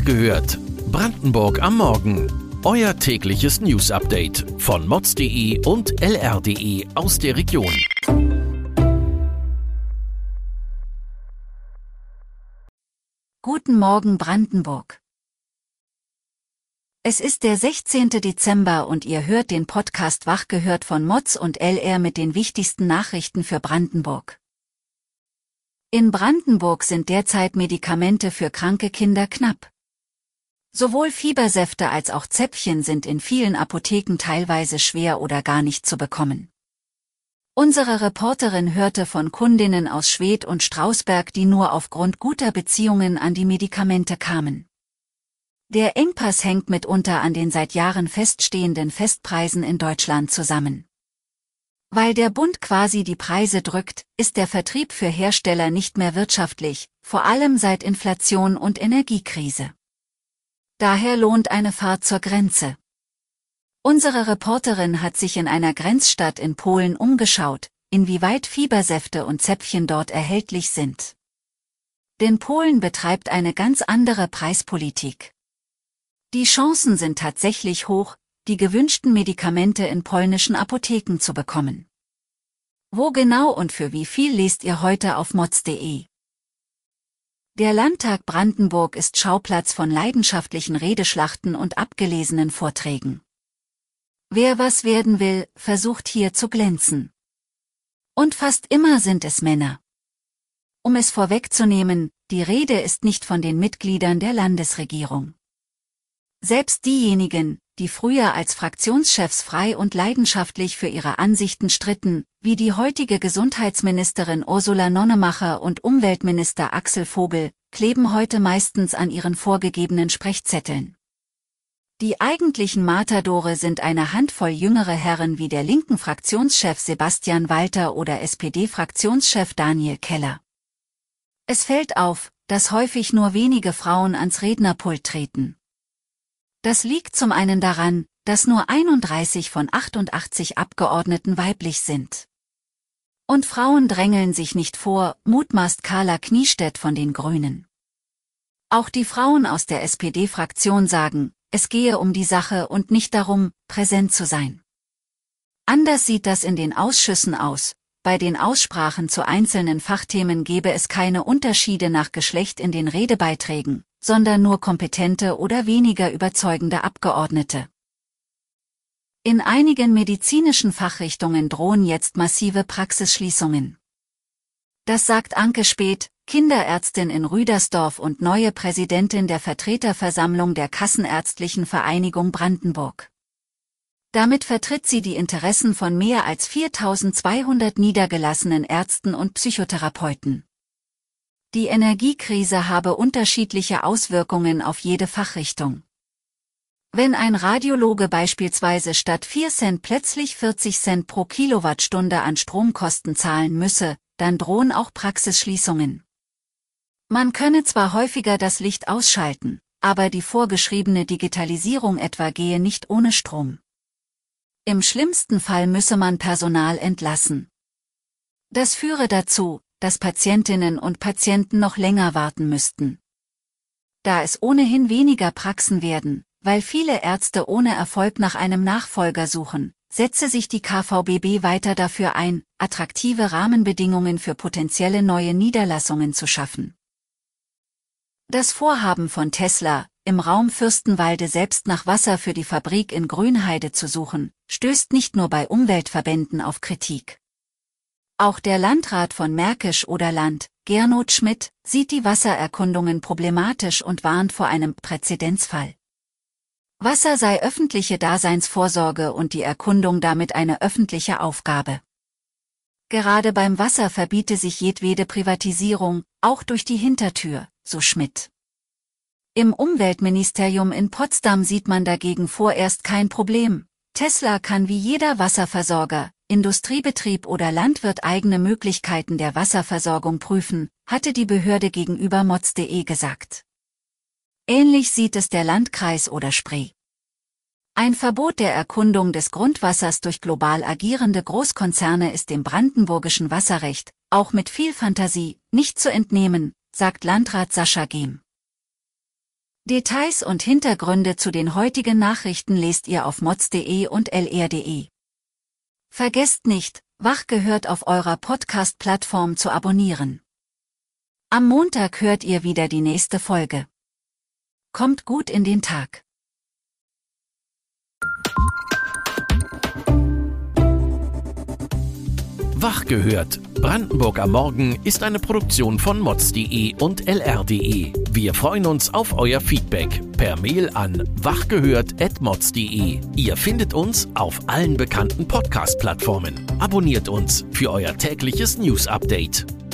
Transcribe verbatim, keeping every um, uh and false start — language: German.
gehört. Brandenburg am Morgen. Euer tägliches News-Update von mods punkt de und l r punkt de aus der Region. Guten Morgen Brandenburg. Es ist der sechzehnte Dezember und ihr hört den Podcast Wach gehört von Mods und L R mit den wichtigsten Nachrichten für Brandenburg. In Brandenburg sind derzeit Medikamente für kranke Kinder knapp. Sowohl Fiebersäfte als auch Zäpfchen sind in vielen Apotheken teilweise schwer oder gar nicht zu bekommen. Unsere Reporterin hörte von Kundinnen aus Schwedt und Strausberg, die nur aufgrund guter Beziehungen an die Medikamente kamen. Der Engpass hängt mitunter an den seit Jahren feststehenden Festpreisen in Deutschland zusammen. Weil der Bund quasi die Preise drückt, ist der Vertrieb für Hersteller nicht mehr wirtschaftlich, vor allem seit Inflation und Energiekrise. Daher lohnt eine Fahrt zur Grenze. Unsere Reporterin hat sich in einer Grenzstadt in Polen umgeschaut, inwieweit Fiebersäfte und Zäpfchen dort erhältlich sind. Denn Polen betreibt eine ganz andere Preispolitik. Die Chancen sind tatsächlich hoch, die gewünschten Medikamente in polnischen Apotheken zu bekommen. Wo genau und für wie viel lest ihr heute auf mods punkt de. Der Landtag Brandenburg ist Schauplatz von leidenschaftlichen Redeschlachten und abgelesenen Vorträgen. Wer was werden will, versucht hier zu glänzen. Und fast immer sind es Männer. Um es vorwegzunehmen, die Rede ist nicht von den Mitgliedern der Landesregierung. Selbst diejenigen, die früher als Fraktionschefs frei und leidenschaftlich für ihre Ansichten stritten, wie die heutige Gesundheitsministerin Ursula Nonnemacher und Umweltminister Axel Vogel, kleben heute meistens an ihren vorgegebenen Sprechzetteln. Die eigentlichen Matadore sind eine Handvoll jüngere Herren wie der linken Fraktionschef Sebastian Walter oder S P D-Fraktionschef Daniel Keller. Es fällt auf, dass häufig nur wenige Frauen ans Rednerpult treten. Das liegt zum einen daran, dass nur einunddreißig von achtundachtzig Abgeordneten weiblich sind. Und Frauen drängeln sich nicht vor, mutmaßt Carla Kniestedt von den Grünen. Auch die Frauen aus der S P D-Fraktion sagen, es gehe um die Sache und nicht darum, präsent zu sein. Anders sieht das in den Ausschüssen aus. Bei den Aussprachen zu einzelnen Fachthemen gebe es keine Unterschiede nach Geschlecht in den Redebeiträgen, sondern nur kompetente oder weniger überzeugende Abgeordnete. In einigen medizinischen Fachrichtungen drohen jetzt massive Praxisschließungen. Das sagt Anke Speth, Kinderärztin in Rüdersdorf und neue Präsidentin der Vertreterversammlung der Kassenärztlichen Vereinigung Brandenburg. Damit vertritt sie die Interessen von mehr als viertausendzweihundert niedergelassenen Ärzten und Psychotherapeuten. Die Energiekrise habe unterschiedliche Auswirkungen auf jede Fachrichtung. Wenn ein Radiologe beispielsweise statt vier Cent plötzlich vierzig Cent pro Kilowattstunde an Stromkosten zahlen müsse, dann drohen auch Praxisschließungen. Man könne zwar häufiger das Licht ausschalten, aber die vorgeschriebene Digitalisierung etwa gehe nicht ohne Strom. Im schlimmsten Fall müsse man Personal entlassen. Das führe dazu, dass Patientinnen und Patienten noch länger warten müssten. Da es ohnehin weniger Praxen werden, weil viele Ärzte ohne Erfolg nach einem Nachfolger suchen, setze sich die K V B B weiter dafür ein, attraktive Rahmenbedingungen für potenzielle neue Niederlassungen zu schaffen. Das Vorhaben von Tesla, im Raum Fürstenwalde selbst nach Wasser für die Fabrik in Grünheide zu suchen, stößt nicht nur bei Umweltverbänden auf Kritik. Auch der Landrat von Märkisch-Oderland, Gernot Schmidt, sieht die Wassererkundungen problematisch und warnt vor einem Präzedenzfall. Wasser sei öffentliche Daseinsvorsorge und die Erkundung damit eine öffentliche Aufgabe. Gerade beim Wasser verbiete sich jedwede Privatisierung, auch durch die Hintertür, so Schmidt. Im Umweltministerium in Potsdam sieht man dagegen vorerst kein Problem. Tesla kann wie jeder Wasserversorger, Industriebetrieb oder Landwirt eigene Möglichkeiten der Wasserversorgung prüfen, hatte die Behörde gegenüber mods punkt de gesagt. Ähnlich sieht es der Landkreis oder Spree. Ein Verbot der Erkundung des Grundwassers durch global agierende Großkonzerne ist dem brandenburgischen Wasserrecht, auch mit viel Fantasie, nicht zu entnehmen, sagt Landrat Sascha Gehm. Details und Hintergründe zu den heutigen Nachrichten lest ihr auf mods punkt de und l r punkt de. Vergesst nicht, Wach gehört auf eurer Podcast-Plattform zu abonnieren. Am Montag hört ihr wieder die nächste Folge. Kommt gut in den Tag. Wach gehört. Brandenburg am Morgen ist eine Produktion von mods punkt de und l r punkt de. Wir freuen uns auf euer Feedback per Mail an wachgehört at mods punkt de. Ihr findet uns auf allen bekannten Podcast-Plattformen. Abonniert uns für euer tägliches News-Update.